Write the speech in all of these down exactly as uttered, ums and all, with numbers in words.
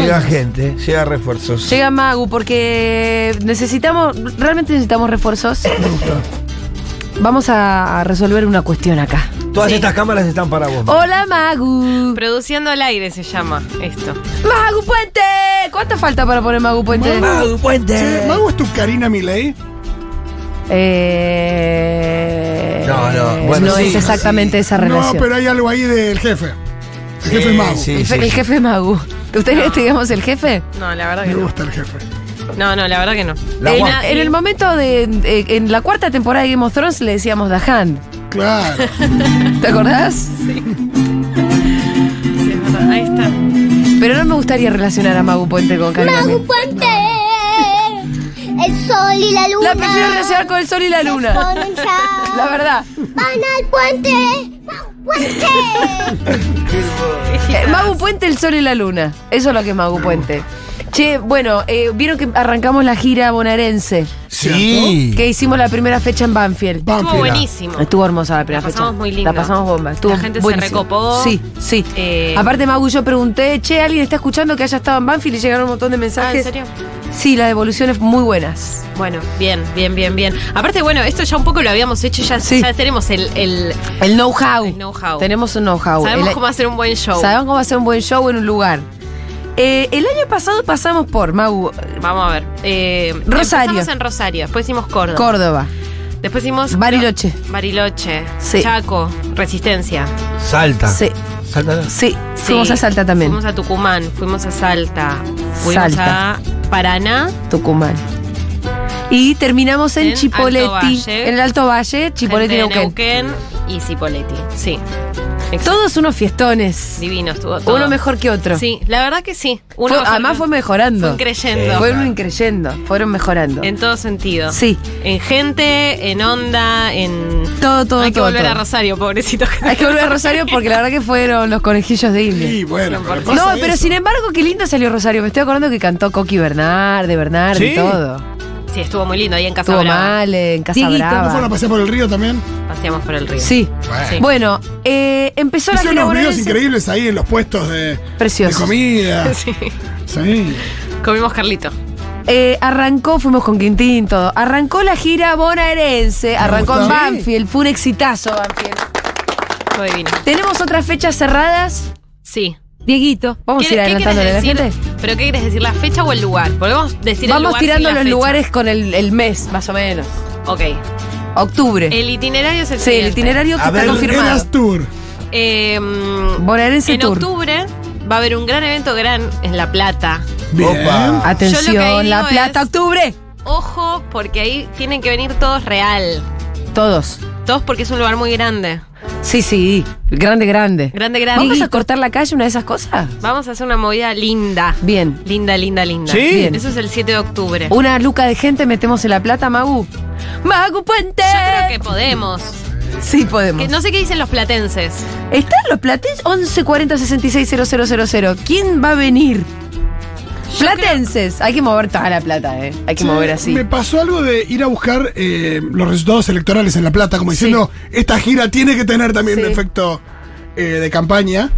Llega gente, llega refuerzos. Llega Magu porque necesitamos, realmente necesitamos refuerzos. Vamos a resolver una cuestión acá. Todas Sí. estas cámaras están para vos. Hola Magu. Produciendo al aire se llama esto. Magu Puente. ¿Cuánto falta para poner Magu Puente? Magu Puente. Che, ¿Magu es tu Karina Milei? Eh, No, no, bueno, no sí, es exactamente esa relación. No, pero hay algo ahí del jefe. El jefe Sí, es Magu. sí. el, fe- el jefe Magu. ¿Ustedes No. te digamos el jefe? No, la verdad que Me no. gusta el jefe. No, no, la verdad que no. La en, guapa. en el momento de. de- en la cuarta temporada de Game of Thrones le decíamos The Hand. Claro. ¿Te acordás? Sí, es verdad. Ahí está. Pero no me gustaría relacionar a Magu Puente con Karina Magu Milei. Puente, el sol y la luna. La prefiero relacionar con el sol y la luna. Ponen ya. La verdad. Van al puente. Magu Puente. Eh, Magu Puente, el sol y la luna. Eso es lo que es Magu Puente. Che, bueno, eh, vieron que arrancamos la gira bonaerense. Sí. Que hicimos la primera fecha en Banfield. Estuvo Banfield. buenísimo. Estuvo hermosa la primera La fecha. pasamos muy lindo. La pasamos bomba. Estuvo La gente se buenísimo. recopó. Sí, sí. Eh, Aparte, Magu, yo pregunté, che, ¿alguien está escuchando que haya estado en Banfield? Y llegaron un montón de Ah, mensajes. ¿en serio? Sí, las devoluciones muy buenas. Bueno, bien, bien, bien, bien. Aparte, bueno, esto ya un poco lo habíamos hecho, ya, Sí. ya tenemos el, el- El know-how. El know-how. Tenemos un know-how. sabemos El- cómo hacer un buen show. sabemos cómo hacer un buen show en un lugar. Eh, el año pasado pasamos por, Magu, Vamos a ver. Eh, Rosario. Empezamos en Rosario, después hicimos Córdoba. Córdoba, Después hicimos Bariloche. Bariloche, Sí. Chaco, Resistencia. Salta. Sí, Salta. sí. Sí. Fuimos a Salta también. Fuimos a Tucumán, fuimos a Salta, fuimos Salta. a Paraná, Tucumán. Y terminamos en, En Chipoleti. Alto Valle. En el Alto Valle, Chipoleti, gente de Neuquén. Neuquén y Cipolletti. Sí. Exacto. Todos unos fiestones. Divino estuvo todo. Uno mejor que otro. Sí, la verdad que sí. Uno Fue- mejor además que- fue mejorando. Fue increyendo. Fueron increyendo, fueron mejorando. En todo sentido. Sí. En gente, en onda, en. Todo, todo, Hay que todo, volver todo. a Rosario, pobrecito. Hay que volver a Rosario porque la verdad que fueron los conejillos de India. Sí, bueno. pero No, pasa pero eso. sin embargo, qué lindo salió Rosario. Me estoy acordando que cantó Coqui Bernard, de Bernard y ¿Sí? todo. Sí, estuvo muy lindo ahí en Casa Estuvo Brava. mal, en Casa ¿No fueron a Brava. pasear por el río también? Paseamos por el río. Sí. Bueno. Sí. Bueno, eh, empezó la Hice gira unos videos bonaerense. increíbles ahí en los puestos de, de Preciosos. comida. Sí. Sí. Comimos Carlito. Eh, arrancó, fuimos con Quintín, todo. Arrancó la gira bonaerense, arrancó en gustó. Banfield, fue un exitazo Banfield. Fue divino. ¿Tenemos otras fechas cerradas? Sí. Dieguito, vamos a ¿Qué- ir qué adelantándole a la querés gente. decir? ¿Pero qué quieres decir? ¿La fecha o el lugar? Podemos decir el Vamos lugar tirando sin la los fecha. lugares con el, el mes, más o menos. Ok. Octubre. El itinerario es el sí, el siguiente. itinerario que A está ver, El confirmado. Eras Tour. Eh, mm, Bonaerense en Tour. octubre va a haber un gran evento gran en La Plata. Bien. Opa. Yo lo que Atención, ahí La digo Plata, es- octubre. Ojo, porque ahí tienen que venir todos real. Todos. Todos porque es un lugar muy grande. Sí, sí, grande, grande. Grande, grande. ¿Vamos a cortar la calle, una de esas cosas? Vamos a hacer una movida linda. Bien. Linda, linda, linda. ¿Sí? Bien. Eso es el siete de octubre. Una luca de gente metemos en La Plata, Magu. ¡Magu Puente! Yo creo que podemos. Sí, podemos. Que no sé qué dicen los platenses. ¿Están los platenses? once cuarenta sesenta y seis cero cero cero cero. ¿Quién va a venir? Platenses. Hay que mover toda la plata, ¿eh? Hay que Che, mover así. Me pasó algo de ir a buscar eh, los resultados electorales en La Plata, como diciendo, esta gira tiene que tener también Sí. un efecto eh, de campaña.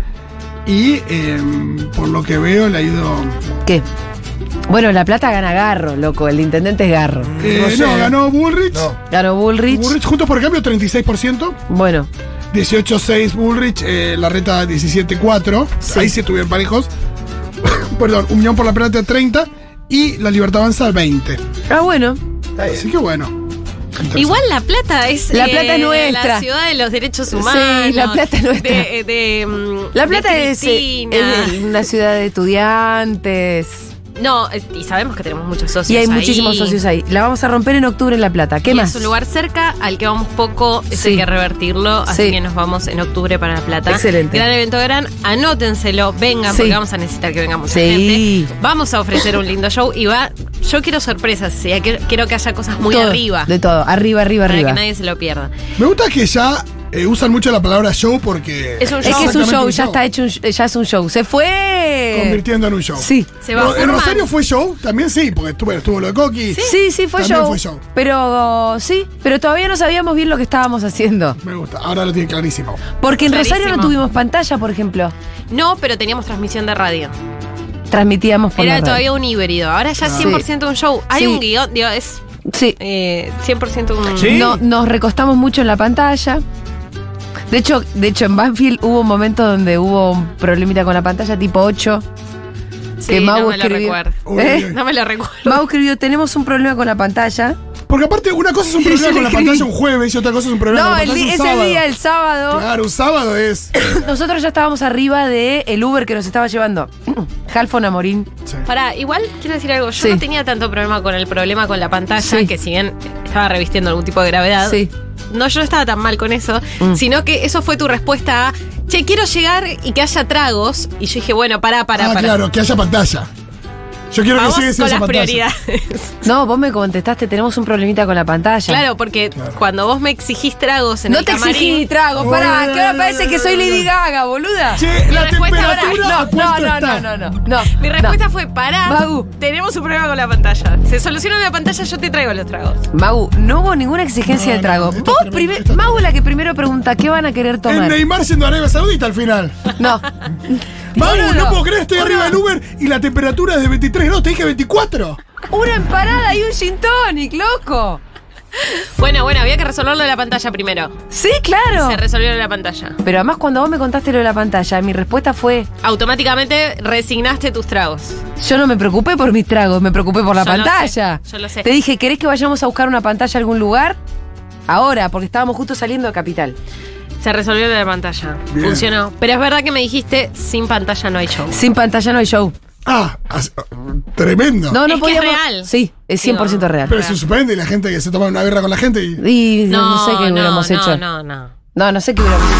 Y eh, por lo que veo le ha ido... ¿Qué? Bueno, La Plata gana Garro, loco. El intendente es Garro. Eh, No sé. no, ganó Bullrich. No. Ganó Bullrich. Bullrich, juntos por el cambio, treinta y seis por ciento. Bueno, dieciocho seis Bullrich, eh, la reta diecisiete cuatro. Sí. Ahí sí estuvieron parejos. Perdón, Unión por la Plata treinta y La Libertad Avanza veinte. ah, bueno. Así que bueno. Interesante. Igual La Plata es La Plata es nuestra. la ciudad de los derechos humanos. Sí, La Plata es nuestra. De, de, mm, La Plata de es, eh, Cristina. es una ciudad de estudiantes. No, eh, y sabemos que tenemos muchos socios Y hay ahí. muchísimos socios ahí. La vamos a romper en octubre en La Plata. ¿Qué Y más? es un lugar cerca al que vamos poco, es Sí. hay que revertirlo, así Sí. que nos vamos en octubre para La Plata. Excelente. Gran evento gran, anótenselo, vengan, Sí. porque vamos a necesitar que venga mucha Sí. gente. Vamos a ofrecer un lindo show y va, yo quiero sorpresas, ¿sí? Quiero, quiero que haya cosas muy Todo, arriba, De todo. Arriba, arriba, para arriba. que nadie se lo pierda. Me gusta que ya eh, usan mucho la palabra show porque... Es un Es que es un exactamente show, ya está hecho, un, ya es un show. Se fue. Convirtiendo en un show. Sí. Se va Pero, ¿en formando. Rosario fue show? También sí, porque estuvo, estuvo lo de Coqui. Sí, sí, fue También show. fue show. Pero sí, pero todavía no sabíamos bien lo que estábamos haciendo. Me gusta, ahora lo tiene clarísimo. Porque en Rosario no Clarísimo. tuvimos pantalla, por ejemplo. No, pero teníamos transmisión de radio. transmitíamos por la Era radio. todavía un híbrido. Ahora ya es cien por ciento un show. Hay Sí. un guión, digo, es Sí. eh, cien por ciento un... Sí. No, nos recostamos mucho en la pantalla. De hecho, de hecho, en Banfield hubo un momento donde hubo un problemita con la pantalla, tipo ocho. Sí, que Mau no me lo escribió. recuerdo. Uy, ¿Eh? uy. No me lo recuerdo. Mau escribió, tenemos un problema con la pantalla. Porque aparte, una cosa es un problema Yo con la escribí. pantalla un jueves y otra cosa es un problema No, con la el pantalla di- un ese sábado. día, el sábado, Claro, un sábado es. nosotros ya estábamos arriba de el Uber que nos estaba llevando. Halfon a Morín. Sí. Pará, igual quiero decir algo. Yo Sí. no tenía tanto problema con el problema con la pantalla, Sí. que si bien estaba revistiendo algún tipo de gravedad, Sí. no, yo no estaba tan mal con eso, Mm. sino que eso fue tu respuesta a, che, quiero llegar y que haya tragos. Y yo dije, bueno, pará, pará, Ah, pará. claro, que haya pantalla. Yo quiero Vamos que siga con siendo las esa pantalla. prioridades. No, vos me contestaste, tenemos un problemita con la pantalla. Claro, porque cuando vos me exigís tragos en No el te camarín, exigí trago, pará, Uy, que ahora parece que soy Lady Gaga, boluda. Che, Mi la respuesta ahora- temperatura. No, ¿a no, cuánto no, está? no, no, no, no. mi respuesta no. fue, pará, Magu. tenemos un problema con la pantalla. Se soluciona la pantalla, yo te traigo los tragos. Magu, no hubo ninguna exigencia No, de no, trago. esto Vos es tremendo, primer- esto es Magu la que primero pregunta, ¿qué van a querer El tomar? Neymar siendo Arabia Saudita al final. No. Vamos, Boludo, no puedo creer, estoy boludo. arriba del Uber y la temperatura es de veintitrés grados, te dije veinticuatro. Una empanada y un gin tonic, loco. Bueno, bueno, había que resolverlo de la pantalla primero. Sí, claro. Se resolvió de la pantalla. Pero además cuando vos me contaste lo de la pantalla, mi respuesta fue, Automáticamente resignaste tus tragos. yo no me preocupé por mis tragos, me preocupé por la Yo lo pantalla. sé, yo lo sé. Te dije, ¿querés que vayamos a buscar una pantalla a algún lugar? Ahora, porque estábamos justo saliendo de Capital. Se resolvió de la pantalla. Bien. Funcionó. Pero es verdad que me dijiste, sin pantalla no hay show. Sin pantalla no hay show. Ah, as- tremendo. No, no Es que es podíamos. real. Sí, es cien por ciento Digo, real. Pero se suspende y la gente que se toma una birra con la gente y. Y no, no sé qué hubiéramos no, hecho. No, no, No, no sé qué hubiéramos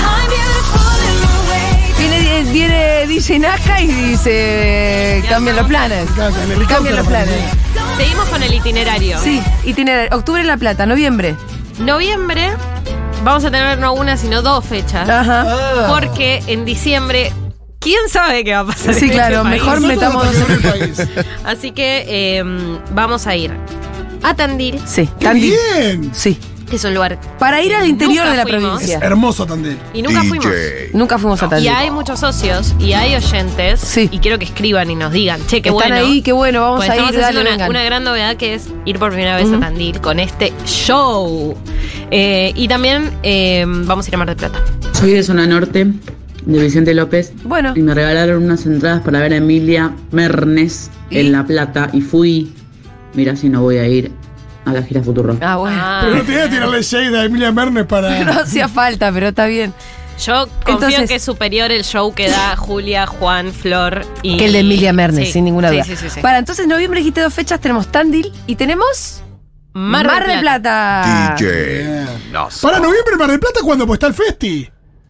hecho. Viene, viene D J Nazca y dice, cambian los planes. Claro, en helicóptero Cambian los para planes. mí. Seguimos con el itinerario. Sí, y tiene octubre en La Plata, noviembre. Noviembre vamos a tener no una, sino dos fechas. Ajá. Porque en diciembre, ¿quién sabe qué va a pasar? Sí, en claro, este país? mejor Nosotros metámonos hasta que abre el país. Así que eh, vamos a ir a Tandil, Sí, ¡Qué Tandil. bien! Sí. que es un lugar. Para ir al interior Nunca de la fuimos. provincia. Hermoso Tandil. Y nunca fuimos. Nunca fuimos a Y Tandil. hay muchos socios y hay oyentes. Sí. Y quiero que escriban y nos digan, che, qué Están bueno. ahí, qué bueno, vamos Pues a ir, estamos haciendo dale, una, vengan. una gran novedad que es ir por primera vez Ujú. a Tandil con este show. Eh, y también eh, vamos a ir a Mar del Plata. Soy de Zona Norte, de Vicente López, Bueno, y me regalaron unas entradas para ver a Emilia Mernes ¿Y? en La Plata y fui. Mira si no voy a ir a la gira Futuro. ah, bueno. Ah. Pero no te voy a tirarle shade a Emilia Mernes para. No hacía falta, pero está bien. Yo confío Entonces- en que es superior el show que da Julia, Juan, Flor y. Que el de Emilia Mernes, Sí, sin ninguna sí, duda. Sí, sí, sí. Para entonces, noviembre dijiste dos fechas, tenemos Tandil y tenemos Mar del del Plata. Bien. Para noviembre, Mar del Plata, ¿cuándo? Pues está el Festi.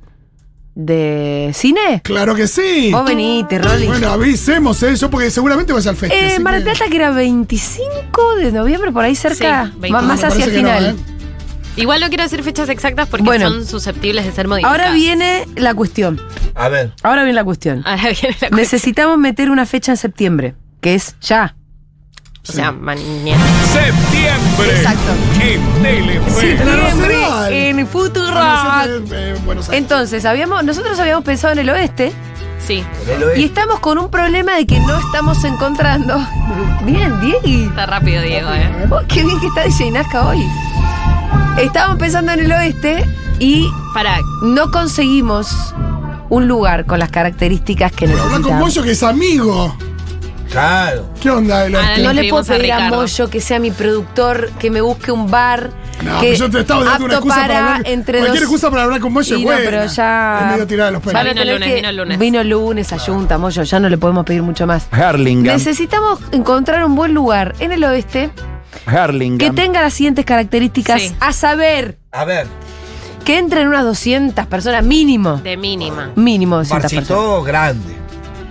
¿De cine? Claro que sí. Vos venite, Rolly. Bueno, avisemos eso, porque seguramente vas al Festi. Eh, así Mar del que- Plata que era veinticinco de noviembre, por ahí cerca, Sí, veinticinco. más, más Me hacia el parece que no, final. ¿eh? Igual no quiero decir fechas exactas porque Bueno. son susceptibles de ser modificadas. Ahora viene la cuestión. A ver. Ahora viene la cuestión. Ahora viene la cuestión. Necesitamos meter una fecha en septiembre, que es ya. O sea, mañana. Septiembre. Exacto. En Telefe. En la Nacional. Septiembre en Futurock. Ah, no, sí, eh, Buenos Aires. Entonces, habíamos, nosotros habíamos pensado en el oeste Sí. y estamos con un problema de que no estamos encontrando. Bien, Diego. Está rápido, Diego, ¿eh? Oh, qué bien que está D J Nazca hoy. Estábamos pensando en el oeste y Para. no conseguimos un lugar con las características que Habla con necesitamos. Moyo, que es amigo. Claro. ¿Qué onda el Ah, oeste? No le puedo escribimos a pedir a, Ricardo. Moyo que sea mi productor, que me busque un bar. No, que pero yo te estaba dando una apto excusa para, para hablar. entre Cualquier dos. excusa para hablar con Moyo Y es no, buena. pero ya. Es medio tirada de los pelos. van a Vino tener lunes, que- vino lunes. Vino lunes, ayunta, Moyo, ya no le podemos pedir mucho más. Harlingham. Necesitamos encontrar un buen lugar en el oeste Harlingham. que tenga las siguientes características, Sí. a saber, A ver. que entren unas doscientas personas mínimo. De mínima. Mínimo doscientas personas. Barcito grande.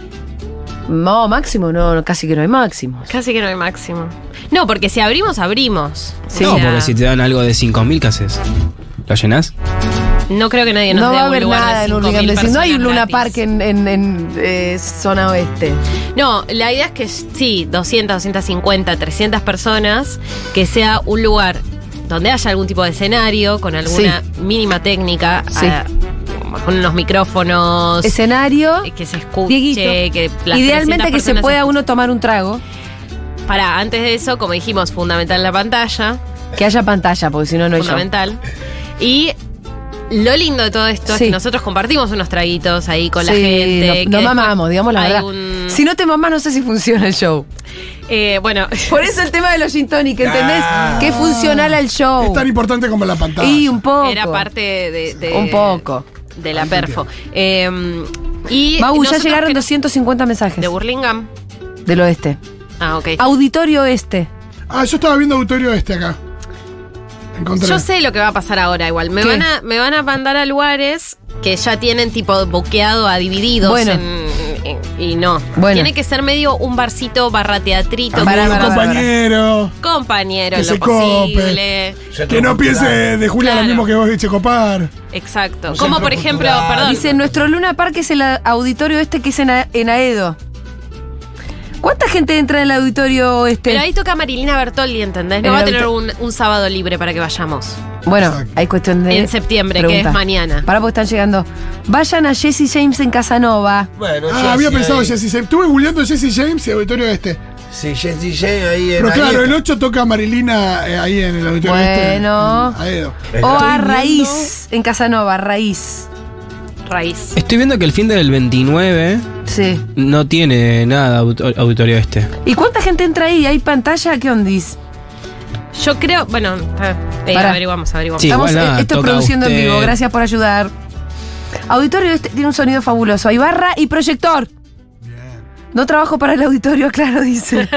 No, máximo, no, no, casi que no hay máximo. Casi que no hay máximo. No, porque si abrimos, abrimos. Sí. No, O sea, porque si te dan algo de cinco mil, ¿qué haces? ¿Lo llenás? No creo que nadie nos No dé va a un haber lugar nada de en cinco Hurlingham. mil Decir, no hay un Luna personas Park gratis. en, en, en, eh, zona oeste. No, la idea es que sí, doscientas, doscientas cincuenta, trescientas personas, que sea un lugar donde haya algún tipo de escenario, con alguna mínima técnica, Sí. a- con unos micrófonos. Escenario. eh, que se escuche, Dieguito. que las Idealmente que trescientas se personas pueda escuchen. uno tomar un trago. Para, antes de eso, como dijimos, fundamental la pantalla. Que haya pantalla, porque si no, no hay show. Fundamental. Y lo lindo de todo esto es Sí. que nosotros compartimos unos traguitos ahí con la Sí, gente. no- que no, después mamamos, digamos la hay verdad. un- Si no te mamás, no sé si funciona el show. Eh, bueno, Por eso el tema de los gin tonic, ¿entendés? Ah. Que es funcional al show. Es tan importante como la pantalla. Y un poco. era parte de, de- Un poco. de la perfo. Eh, y Mau, ya nosotros llegaron que- doscientos cincuenta mensajes. de Burlingame. Del oeste. Ah, ok. Auditorio Este. Ah, yo estaba viendo auditorio este acá. Encontré. Yo sé lo que va a pasar ahora igual. Me ¿Qué? van, a, me van a mandar a lugares que ya tienen tipo boqueado a divididos. Bueno. en- en- y no. Bueno. Tiene que ser medio un barcito barra teatrito. Amigo, Para, para, para, compañero. Compañero, Que en lo se cope. posible. Que no piense de Julia Claro. lo mismo que vos de Checopar. Exacto. Un Como centro por ejemplo, cultural. perdón. Dice, nuestro Luna Park es el a- auditorio este que es en, A- en Aedo. ¿Cuánta gente entra en el auditorio este? Pero ahí toca Marilina Bertolli, ¿entendés? En No va a el tener auto- un, un sábado libre para que vayamos. Bueno, Exacto. hay cuestión de. En septiembre, que pregunta. es mañana. Para porque están llegando. Vayan a Jesse James en Casanova. Bueno, Ah, había Jesse pensado ahí. Jesse James. Estuve googleando Jesse James y auditorio este. Sí, Jesse James ahí en Pero claro, Arieta. el ocho toca Marilina eh, ahí en el auditorio Bueno. este. en Aedo. O a Estoy Raíz en Casanova, Raíz. Raíz. Estoy viendo que el fin del veintinueve Sí. no tiene nada auto- auditorio este. ¿Y cuánta gente entra ahí? ¿Hay pantalla? ¿Qué ondis? Yo creo, bueno, eh, eh, Pará. averiguamos, averiguamos. Sí, Estamos, igual nada, eh, esto es toca produciendo en usted. vivo. Gracias por ayudar. Auditorio este tiene un sonido fabuloso. Hay barra y proyector. No trabajo para el auditorio, claro, dice.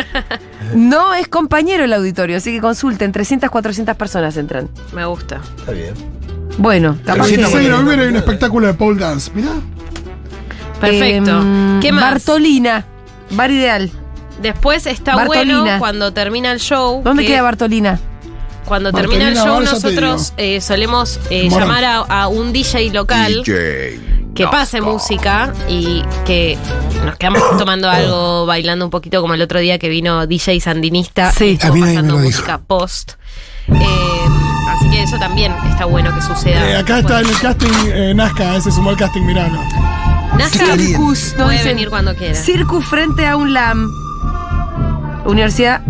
No es compañero el auditorio, así que consulten. trescientas, cuatrocientas personas entran. Me gusta. Está bien. Bueno, capaz Sí, que... no, El seis de bueno, noviembre hay un no, espectáculo de pole dance. Mirá. Perfecto. Em, ¿Qué más? Bartolina. Bar ideal. Después está Bartolina. bueno cuando termina el show. ¿Dónde que queda Bartolina? Cuando Bartolina termina el show, Bar, ya te nosotros eh, solemos eh, Morón. llamar a, a un D J local que pase música y que nos quedamos tomando algo, bailando un poquito, como el otro día que vino D J Sandinista. Sí. y estuvo A mí nadie pasando me lo música post. Eh, así que eso también está bueno que suceda. Eh, acá está en el casting eh, Nazca, ese sumó el casting Mirano. Nazca Circus, no puede dicen. venir cuando quiera. Circus frente a un LAM. Universidad.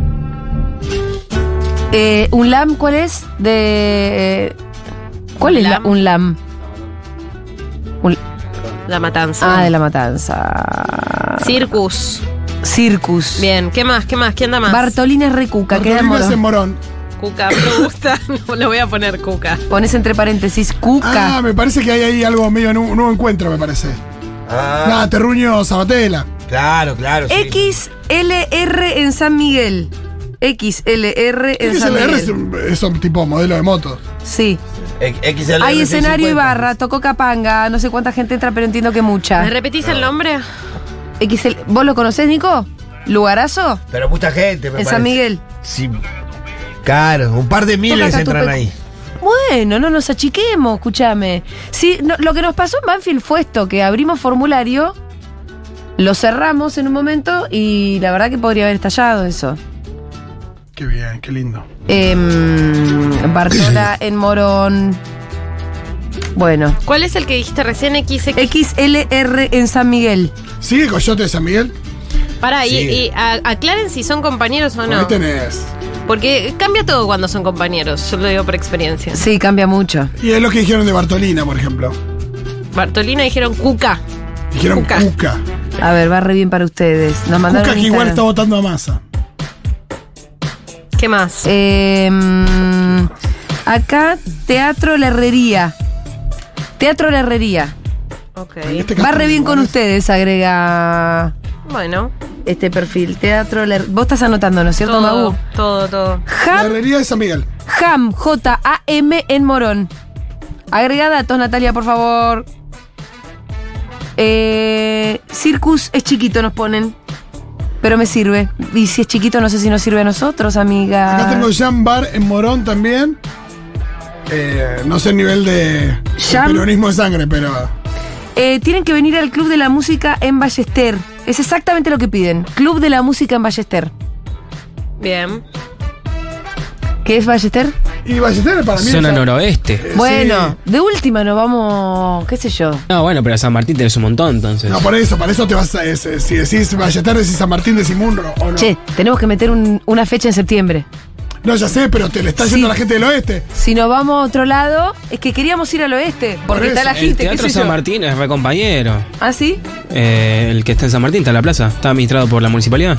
Eh, ¿Un LAM cuál es? De. eh, ¿Cuál es la- LAM? un LAM? Un- La matanza. ah, de la matanza. Circus. Circus. Bien, ¿qué más? ¿Qué más? ¿Quién anda más? Bartolina es recuca, queda en Bartolina es en Morón. Morón. Cuca, me gusta. No, le voy a poner Cuca. Pones entre paréntesis Cuca. Ah, me parece que hay ahí algo medio nu- nuevo encuentro, me parece. Ah, Nada, Terruño Sabatella. claro, claro. sí. X L R en San Miguel. X L R en X San L R Miguel. es un, es un tipo modelo de motos. Sí. X- X L R Hay escenario y seiscientos cincuenta. barra, tocó Capanga, no sé cuánta gente entra, pero entiendo que mucha. ¿Me repetís el nombre? X L, ¿vos lo conocés, Nico? ¿Lugarazo? Pero mucha gente, me En parece. San Miguel. Sí. Claro, un par de miles acá tu entran pe- ahí. Bueno, no nos achiquemos, escúchame. Sí, no, lo que nos pasó en Banfield fue esto, que abrimos formulario, lo cerramos en un momento y la verdad que podría haber estallado eso. Qué bien, qué lindo. Em, Bartola en Morón. Bueno. ¿Cuál es el que dijiste recién? X X. X L R en San Miguel. ¿Sigue Coyote de San Miguel? Pará, y, Sí. y a- aclaren si son compañeros o Ahí no. tenés. Porque cambia todo cuando son compañeros, yo lo digo por experiencia. Sí, cambia mucho. Y es lo que dijeron de Bartolina, por ejemplo. Bartolina dijeron Cuca. Dijeron Cuca. Cuca. A ver, va re bien para ustedes. Nos mandaron Cuca que un igual está Instagram. votando a masa. ¿Qué más? Em, acá, Teatro La Herrería. Teatro La Herrería. Ok. Este Va casting re bien con igual es- ustedes, agrega Bueno, este perfil. Teatro La Her- Vos estás anotando, ¿no es cierto, todo, Magu? todo, todo. La Ham, herrería de San Miguel. Ham, J A M en Morón. Agrega datos, Natalia, por favor. Eh, Circus es chiquito, nos ponen. Pero me sirve. Y si es chiquito, no sé si nos sirve a nosotros, amiga. Acá tengo Jam Bar en Morón también. Eh, no sé el nivel de, de Jam. peronismo de sangre, pero. Eh, tienen que venir al Club de la Música en Ballester. Es exactamente lo que piden. Club de la Música en Ballester. Bien. ¿Qué es Ballester? Y Ballesteros para mí. Zona es- noroeste. eh, Bueno, sí. de última nos vamos, qué sé yo. No, bueno, pero a San Martín tenés un montón, entonces. No, por eso, para eso te vas a. es- es- si decís Ballesteros, decís San Martín, decís Munro, ¿o no? Che, tenemos que meter un- una fecha en septiembre. No, ya sé, pero te le está Sí. yendo la gente del oeste. Si nos vamos a otro lado, es que queríamos ir al oeste, porque Por está eso. la El gente, qué Teatro sé San yo. Martín es re compañero. ¿Ah, sí? Eh, el que está en San Martín, está en la plaza. Está administrado por la municipalidad.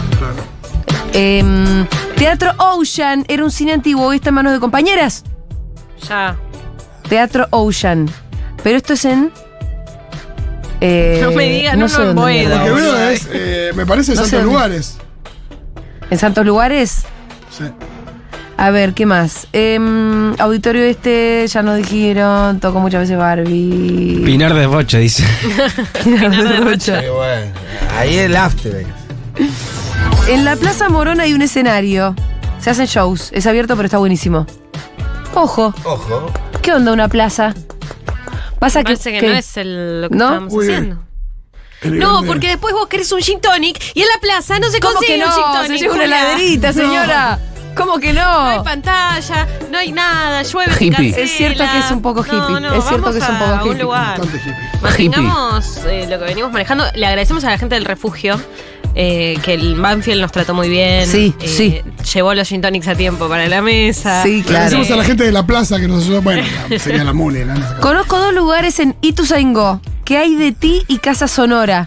Em, Teatro Ocean era un cine antiguo, hoy está en manos de compañeras. Ya. Teatro Ocean. Pero esto es en. eh, No me digas, no, sé no, en dónde Boedo. mierda. Lo que boludo. veo es, eh, me parece, No sé Santos dónde. Lugares. ¿En Santos Lugares? Sí. A ver, ¿qué más? Em, auditorio este, ya nos dijeron, tocó muchas veces Barbie. Pinar de Bocha, dice. Pinar de de Rocha. Qué bueno. Ahí el after. En la Plaza Morón hay un escenario. Se hacen shows. Es abierto, pero está buenísimo. Ojo, Ojo. ¿qué onda una plaza? Pasa Me que, parece que, que- no es el, lo que ¿No? estábamos Uy, haciendo. El No, grande- porque después vos querés un gin tonic y en la plaza no se ¿Cómo consigue que un gin no? tonic. Se lleva una Julia. heladerita, señora. ¿Cómo que No hay no? pantalla, no hay nada, llueve, se Hippie. cancela. Es cierto que es un poco hippie, No, no, es cierto vamos que es un a poco un hippie. lugar. Bastante hippie. Mantengamos eh, lo que venimos manejando. Le agradecemos a la gente del refugio. eh, que el Banfield nos trató muy bien. Sí, eh, sí. Llevó los gin tonics a tiempo para la mesa. Sí, Le claro. agradecemos a la gente de la plaza que nos ayudó. Bueno, ya, sería la Muni, ¿no? Conozco dos lugares en Ituzaingó. ¿Qué hay de ti y Casa Sonora?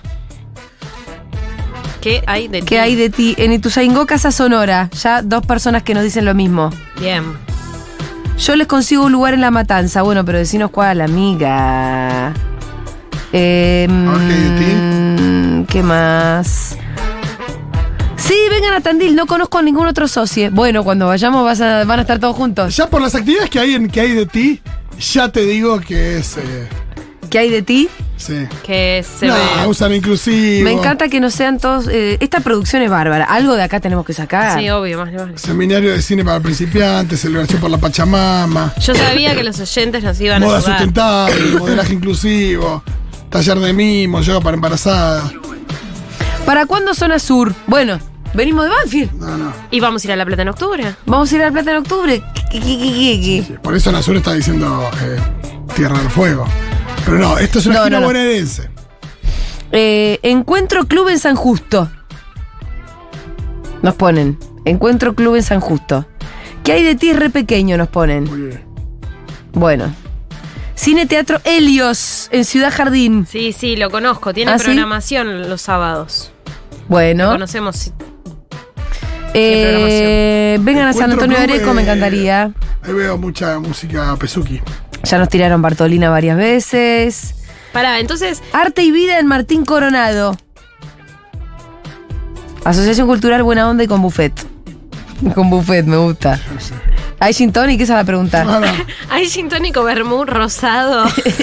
¿Qué hay de ti? ¿Qué hay de ti? En Ituzaingó, Casa Sonora. Ya dos personas que nos dicen lo mismo. Bien. Yo les consigo un lugar en La Matanza. Bueno, pero decinos cuál, amiga. Eh, Ok, ¿de ¿Qué más? Sí, vengan a Tandil. No conozco a ningún otro socio. Bueno, cuando vayamos vas a- van a estar todos juntos. Ya por las actividades que hay en que hay de ti, ya te digo que es. Eh, ¿Qué hay de ti? sí. Que se No, ve. usan inclusivo. Me encanta que no sean todos. eh, esta producción es bárbara. Algo de acá tenemos que sacar. Sí, obvio, más vale. Seminario de cine para principiantes, celebración por la Pachamama, Yo sabía que los oyentes nos iban a moda ayudar. sustentable, modelaje inclusivo, taller de mimo, yoga para embarazadas. ¿Para cuándo Zona Sur? Bueno, venimos de Banfield. No, no. ¿Y vamos a ir a La Plata en octubre? Vamos a ir a La Plata en octubre. ¿Qué, qué, qué, qué, qué? Por eso Nasur está diciendo eh, Tierra del Fuego. Pero no, esto es una No, gira no, no. bonaerense. Eh, Encuentro Club en San Justo. Nos ponen. Encuentro Club en San Justo. ¿Qué hay de ti? Es re pequeño, nos ponen. Muy bien. Bueno. Cine Teatro Helios en Ciudad Jardín. Sí, sí, lo conozco. Tiene ¿Ah, sí? programación los sábados. Lo Bueno. conocemos. sí. Eh, vengan a San Encuentro Antonio de Club, Areco, me eh, encantaría. Ahí veo mucha música pesuki. Ya nos tiraron Bartolina varias veces. Pará, entonces, Arte y Vida en Martín Coronado. Asociación Cultural Buena Onda y con buffet. Con buffet, me gusta. ¿Hay gin tonic? Esa es la pregunta. No, no. hay gin tónico vermú rosado.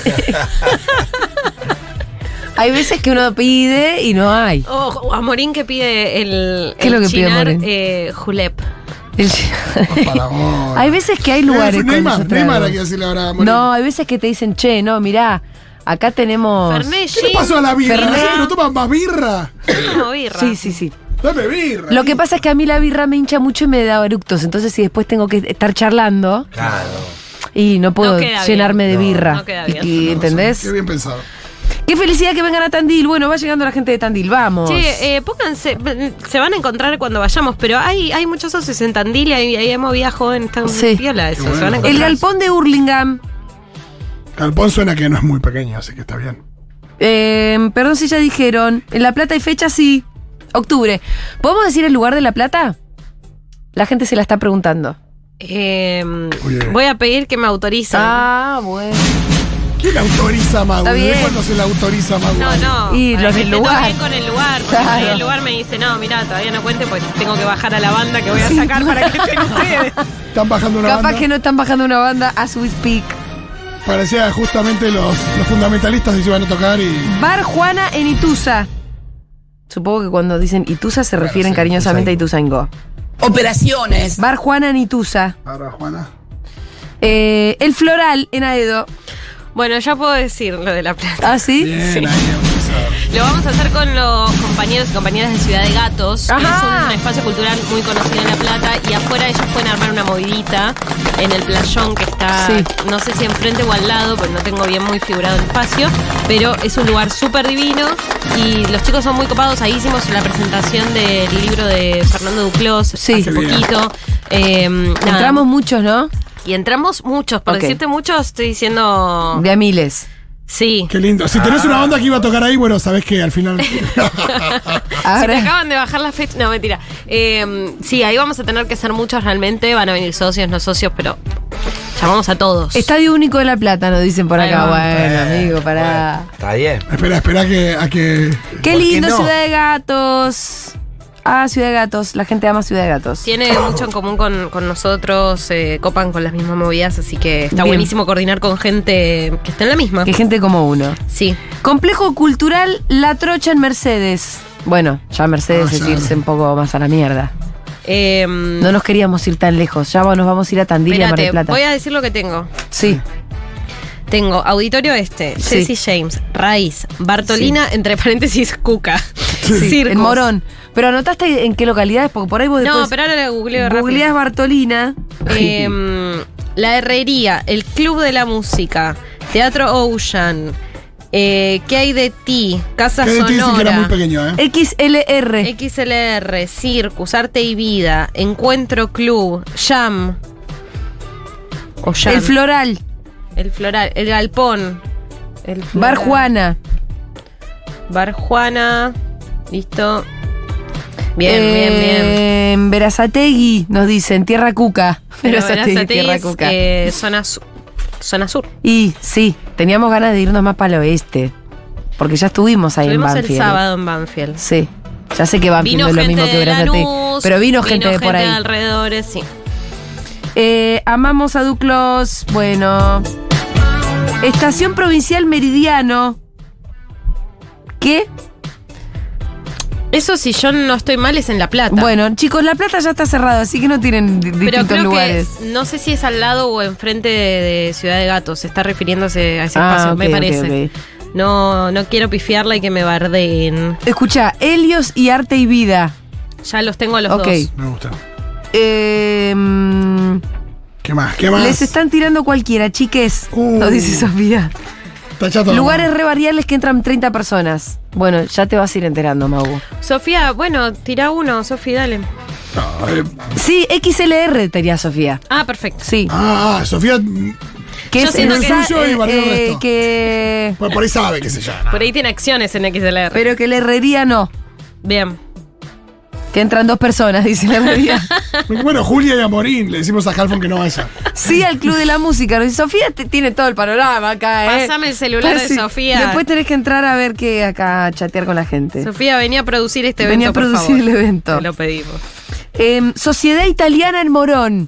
Hay veces que uno pide y no hay. O Amorín que pide el, ¿Qué es el lo que pide chinar, Amorín? eh, julep. El- Para vos. hay veces que hay lugares Eh, con Neymar, esos Neymar tragos. hay que decirle ahora a Morín. No, hay veces que te dicen, che, no, mirá, acá tenemos. Fernet, ¿Qué le pasó a la birra? Fernet. ¿La gente no toma más birra? No, birra. Sí, sí, sí. Dame birra. Lo que pasa es que a mí la birra me hincha mucho y me da eructos. Entonces, si después tengo que estar charlando Claro. y no puedo No queda llenarme bien. de No, birra. no queda Y- bien. y, No, ¿entendés? Qué bien pensado. Qué felicidad que vengan a Tandil. Bueno, va llegando la gente de Tandil, vamos. Che, eh, pónganse, se van a encontrar cuando vayamos, pero hay, hay muchos socios en Tandil y hay, hay movida joven, está Sí. muy piola eso, Qué bueno. se van a El encontrar. galpón de Hurlingham. Galpón suena que no es muy pequeño, así que está bien. Eh, perdón si ya dijeron. En La Plata hay fecha, sí. Octubre. ¿Podemos decir el lugar de La Plata? La gente se la está preguntando. Eh, Muy bien. voy a pedir que me autoricen. Ah, bueno. ¿Quién autoriza a Magu? Está ¿De bien. cuándo se le autoriza a Magu? No, no. Y para los que del esté todo lugar. bien con el lugar. Porque Claro. por ahí el lugar me dice, no, mira, todavía no cuente porque tengo que bajar a la banda que voy a sacar para que estén ustedes. Están bajando una Capaz banda. que no están bajando una banda as we speak. Parecía justamente los, los fundamentalistas se iban a tocar y. Bar Juana en Ituza. Supongo que cuando dicen Ituza se refieren sí, cariñosamente a Ituzaingó. Operaciones. Bar Juana en Ituza. Ahora, Juana. Eh, el Floral en Aedo. Bueno, ya puedo decir lo de La Plata. ¿Ah, sí? Bien, Sí. ahí empezó. Lo vamos a hacer con los compañeros y compañeras de Ciudad de Gatos, que Ajá. es un espacio cultural muy conocido en La Plata, y afuera ellos pueden armar una movidita en el playón que está, Sí. no sé si enfrente o al lado, pero no tengo bien muy figurado el espacio, pero es un lugar súper divino y los chicos son muy copados. Ahí hicimos la presentación del libro de Fernando Duclos Sí. hace Qué bien. poquito. Eh, nada. Entramos muchos, ¿no? Y entramos muchos, por Ok. decirte muchos, estoy diciendo... De a miles. Sí. Qué lindo. Si tenés una banda que iba a tocar ahí, bueno, sabés que al final. Si te Ahora, acaban de bajar la fecha. No, mentira. Eh, sí, ahí vamos a tener que ser muchos realmente. Van a venir socios, no socios, pero llamamos a todos. Estadio Único de La Plata, nos dicen por Ahí acá. va. Bueno, amigo, pará. Está bien. espera, espera que, a que. Qué ¿Por qué lindo, no? Ciudad de Gatos. Ah, Ciudad de Gatos. La gente ama Ciudad de Gatos. Tiene mucho en común con, con nosotros, eh, copan con las mismas movidas, así que está Bien. buenísimo coordinar con gente que está en la misma. Que gente como uno. Sí. Complejo Cultural La Trocha en Mercedes. Bueno, ya Mercedes Ah, es ya. irse un poco más a la mierda. Eh, No nos queríamos ir tan lejos. Ya nos vamos a ir a Tandil y a Mar del espérate, Plata. voy a decir lo que tengo. Sí. Tengo Auditorio Este, Sí. Jesse James, Raíz, Bartolina, entre paréntesis, Cuca. Sí, Circos. en Morón. Pero anotaste en qué localidades, porque por ahí vos No, después pero ahora lo googleo rápido. googleás Bartolina. Eh, la Herrería, el Club de la Música, Teatro Ocean, eh, ¿qué hay de ti? Casa Que de ti dicen que era muy Sonora, pequeño, ¿eh? X L R. X L R, Circus, Arte y Vida, Encuentro Club, Jam. O Jam. El Floral. El Floral, el Galpón. El Floral. Bar Juana. Bar Juana. Listo. Bien, Eh, bien, bien. En Verazategui nos dicen Tierra Cuca. Pero Verazategui, Verazategui Tierra es, Cuca. eh, zona, su- zona sur. Y sí, teníamos ganas de irnos más para el oeste. Porque ya estuvimos ahí Estuvimos en el Banfield. sábado en Banfield. Sí. Ya sé que Banfield Vino no es lo gente mismo que de Verazategui. Lanús, Pero vino gente de por ahí. de alrededores, sí. Eh, amamos a Duclos. Bueno. Estación Provincial Meridiano. ¿Qué? Eso, si yo no estoy mal, es en La Plata. Bueno, chicos, La Plata ya está cerrado, así que no tienen di- pero distintos creo lugares. que no sé si es al lado o enfrente de, de Ciudad de Gatos. Se está refiriéndose a ese Ah, espacio, ok, me ok, parece. ok. No, no quiero pifiarla y que me bardeen. Escucha, Helios y Arte y Vida. Ya los tengo a los Ok. dos. Me gusta. Eh, mm, ¿Qué más? ¿Qué más? les están tirando cualquiera, chiques. Uh. Nos dice Sofía. Está chato la Lugares mano. re variables que entran treinta personas. Bueno, ya te vas a ir enterando, Mau. Sofía, bueno, tira uno, Sofía, dale. No, eh, Sí, X L R tenía Sofía. Ah, perfecto. Sí. ah, ah, Sofía. Que Yo es siento el que- sa- suyo y eh, varió el eh, resto. que. Por, por ahí sabe que se llama. Por ahí tiene acciones en X L R. Pero que la herrería no. Bien. Que entran dos personas, dice la herrería. Bueno, Julia y Amorín, le decimos a Halfon que no vaya. Sí, al Club de la Música. Nos dice, Sofía te- tiene todo el panorama acá, ¿eh? Pásame el celular de Sí. Sofía. Después tenés que entrar a ver qué acá, a chatear con la gente. Sofía, venía a producir este Venía evento, a producir por favor. el evento. Te lo pedimos. Em, Sociedad Italiana en Morón.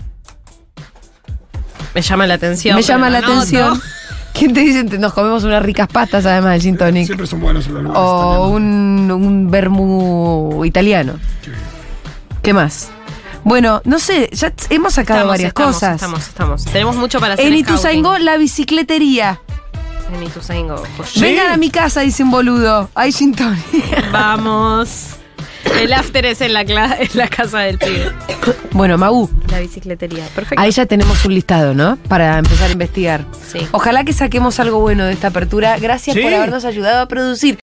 Me llama la atención. Me pero llama lo la anoto. atención. ¿Quién te dice? Nos comemos unas ricas pastas además del gin tonic. Siempre son buenos los lugares. O italianos. un, un vermú italiano. ¿Qué más? Bueno, no sé, ya t- hemos sacado Estamos, varias estamos, cosas. Estamos, estamos. Tenemos mucho para hacer. En scouting. Ituzaingó, la bicicletería. En Ituzaingó. joya. Sí. Vengan a mi casa, dice un boludo. Hay gin tonic. Vamos. El after es en la, cla- en la casa del pibe. Bueno, Magu, La bicicletería. Perfecto. ahí ya tenemos un listado, ¿no? Para empezar a investigar. Sí. Ojalá que saquemos algo bueno de esta apertura. Gracias Sí. por habernos ayudado a producir.